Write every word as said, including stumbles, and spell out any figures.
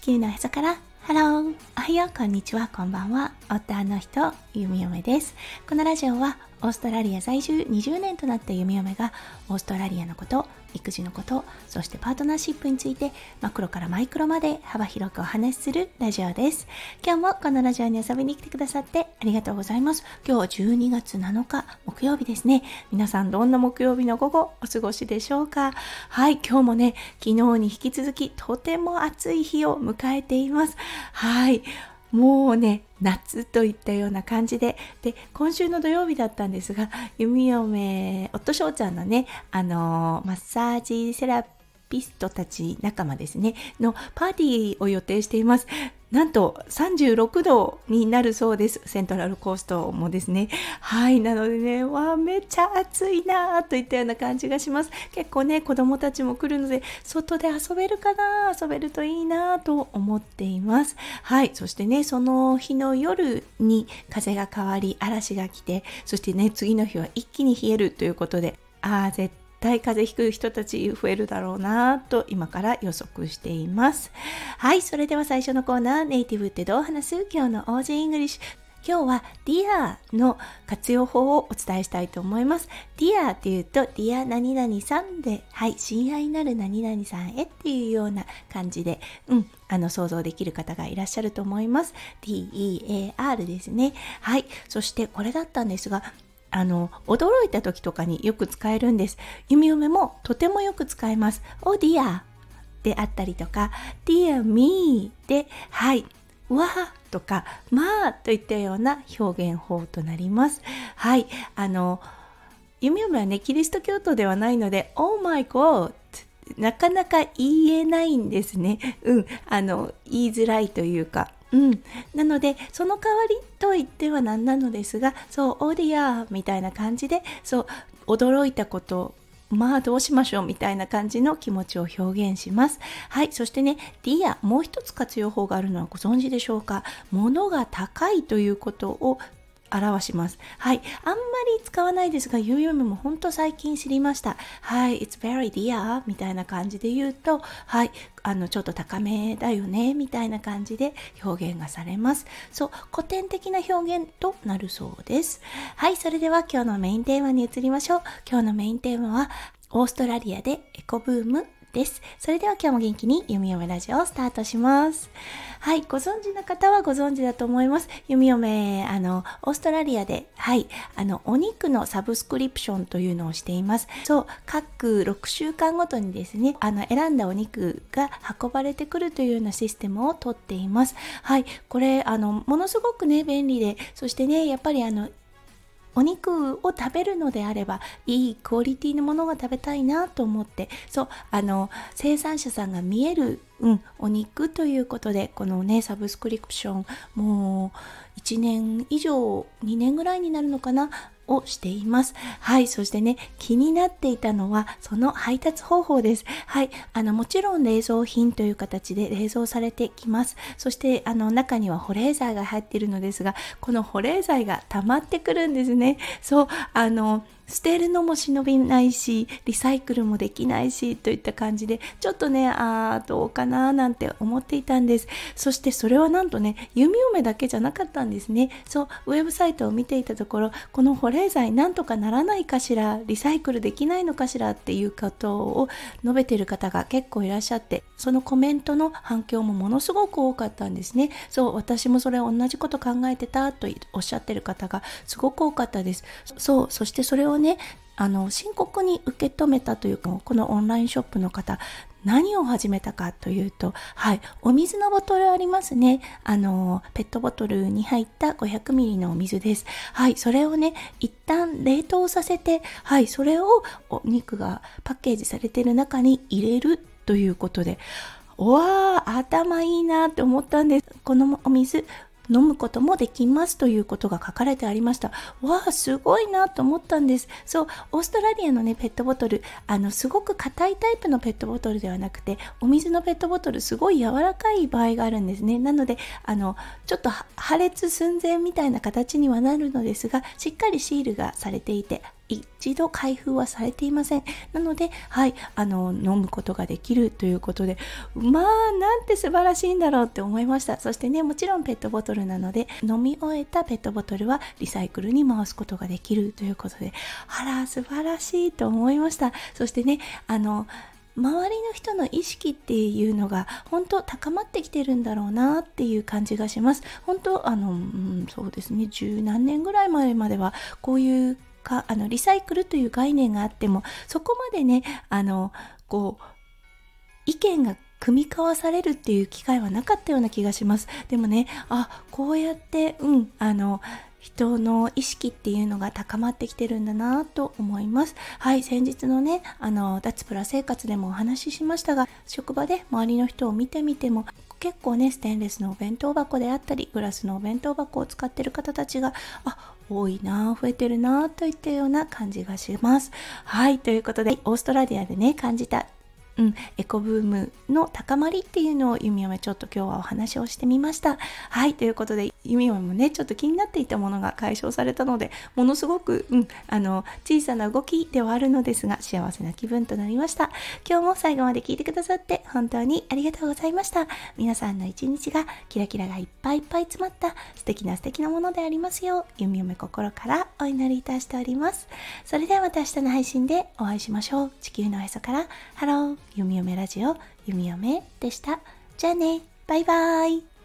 球のへそからハロー、おはよう、こんにちは、こんばんは。夫の人、ゆみおめです。このラジオはオーストラリア在住にじゅうねんとなったゆみおめがオーストラリアのこと、育児のこと、そしてパートナーシップについてマクロからマイクロまで幅広くお話しするラジオです。今日もこのラジオに遊びに来てくださってありがとうございます。今日はじゅうにがつなのか木曜日ですね。皆さんどんな木曜日の午後お過ごしでしょうか。はい、今日もね、昨日に引き続きとても暑い日を迎えています。はい、もうね、夏といったような感じで、で、今週の土曜日だったんですが、ゆみおめ、夫翔ちゃんのね、あのー、マッサージセラピストたち仲間ですね、のパーティーを予定しています。なんとさんじゅうろくどになるそうです。セントラルコーストもですね。はい。なのでね、わあ、めっちゃ暑いなといったような感じがします。結構ね、子供たちも来るので、外で遊べるかな、遊べるといいなと思っています。はい。そしてね、その日の夜に風が変わり、嵐が来て、そしてね、次の日は一気に冷えるということで、ああ、絶対大風邪ひく人たち増えるだろうなと今から予測しています。はい、それでは最初のコーナー、ネイティブってどう話す？今日の オージー イングリッシュ。今日は Dear の活用法をお伝えしたいと思います。Dear っていうと Dear 何々さんで、はい、親愛なる何々さんへっていうような感じで、うん、あの想像できる方がいらっしゃると思います。ディー イー エー アール ですね。はい、そしてこれだったんですが、あの驚いた時とかによく使えるんです。ゆみおめもとてもよく使えます。Oh dear であったりとか Dear me で、はい、わーとかまあといったような表現法となります。はい、あのゆみおめはね、キリスト教徒ではないので Oh my Godなかなか言えないんですね。うん、あの言いづらいというか、うん、なのでその代わりと言ってはなんなのですが、そうオーディアみたいな感じで、そう驚いたこと、まあどうしましょうみたいな感じの気持ちを表現します。はい、そしてね、ディア、もう一つ活用法があるのはご存知でしょうか。物が高いということを表します。はい。あんまり使わないですが、ゆみおめも本当最近知りました。はい。It's very dear みたいな感じで言うと、はい。あの、ちょっと高めだよね、みたいな感じで表現がされます。そう、古典的な表現となるそうです。はい。それでは今日のメインテーマに移りましょう。今日のメインテーマは、オーストラリアでエコブームです。それでは今日も元気にゆみおめラジオをスタートします。はい、ご存知の方はご存知だと思います。ゆみおめ、あのオーストラリアで、はい、あのお肉のサブスクリプションというのをしています。そう、各ろくしゅうかんごとにですね、あの選んだお肉が運ばれてくるというようなシステムをとっています。はい、これあのものすごくね便利で、そしてねやっぱりあのお肉を食べるのであればいいクオリティのものが食べたいなと思って、そうあの生産者さんが見える、うん、お肉ということで、このねサブスクリプションもういちねん以上にねんぐらいになるのかなをしています。はい、そしてね、気になっていたのはその配達方法です。はい、あのもちろん冷蔵品という形で冷蔵されてきます。そしてあの中には保冷剤が入っているのですが、この保冷剤が溜まってくるんですね。そう、あの捨てるのも忍びないし、リサイクルもできないしといった感じで、ちょっとね、あーどうかななんて思っていたんです。そしてそれはなんとね、ゆみおめだけじゃなかったんですね。そう、ウェブサイトを見ていたところ、この保冷剤なんとかならないかしら、リサイクルできないのかしらっていうことを述べている方が結構いらっしゃって、そのコメントの反響もものすごく多かったんですね。そう、私もそれ同じこと考えてたとおっしゃってる方がすごく多かったです。そう、そしてそれをね、あの深刻に受け止めたというか、このオンラインショップの方、何を始めたかというと、はい、お水のボトルありますね。あのペットボトルに入ったごひゃくミリのお水です。はい、それをね一旦冷凍させて、はい、それをお肉がパッケージされている中に入れるということで、わー、頭いいなって思ったんです。このお水飲むこともできますということが書かれてありました。わあ、すごいなと思ったんです。そう、オーストラリアのねペットボトル、あのすごく硬いタイプのペットボトルではなくて、お水のペットボトルすごい柔らかい場合があるんですね。なのであのちょっと破裂寸前みたいな形にはなるのですが、しっかりシールがされていて一度開封はされていません。なので、はい、あの飲むことができるということで、まあなんて素晴らしいんだろうって思いました。そしてね、もちろんペットボトルなので、飲み終えたペットボトルはリサイクルに回すことができるということで、あら素晴らしいと思いました。そしてね、あの周りの人の意識っていうのが本当高まってきてるんだろうなっていう感じがします。本当あの、うん、そうですね、十何年ぐらい前まではこういうかあのリサイクルという概念があっても、そこまでね、あのこう意見が組み交わされるっていう機会はなかったような気がします。でもね、あ、こうやってうんあの人の意識っていうのが高まってきてるんだなと思います。はい、先日のね、あの脱プラ生活でもお話ししましたが、職場で周りの人を見てみても結構ね、ステンレスのお弁当箱であったりグラスのお弁当箱を使っている方たちがあ多いな、増えてるなといったような感じがします。はい、ということでオーストラリアでね感じたうん、エコブームの高まりっていうのをゆみおめちょっと今日はお話をしてみました。はい、ということでゆみおめもねちょっと気になっていたものが解消されたので、ものすごく、うん、あの小さな動きではあるのですが幸せな気分となりました。今日も最後まで聞いてくださって本当にありがとうございました。皆さんの一日がキラキラがいっぱいいっぱい詰まった素敵な素敵なものでありますよう、ゆみおめ心からお祈りいたしております。それではまた明日の配信でお会いしましょう。地球のへそからハローゆみおめラジオゆみおめでした。じゃあね、バイバイ。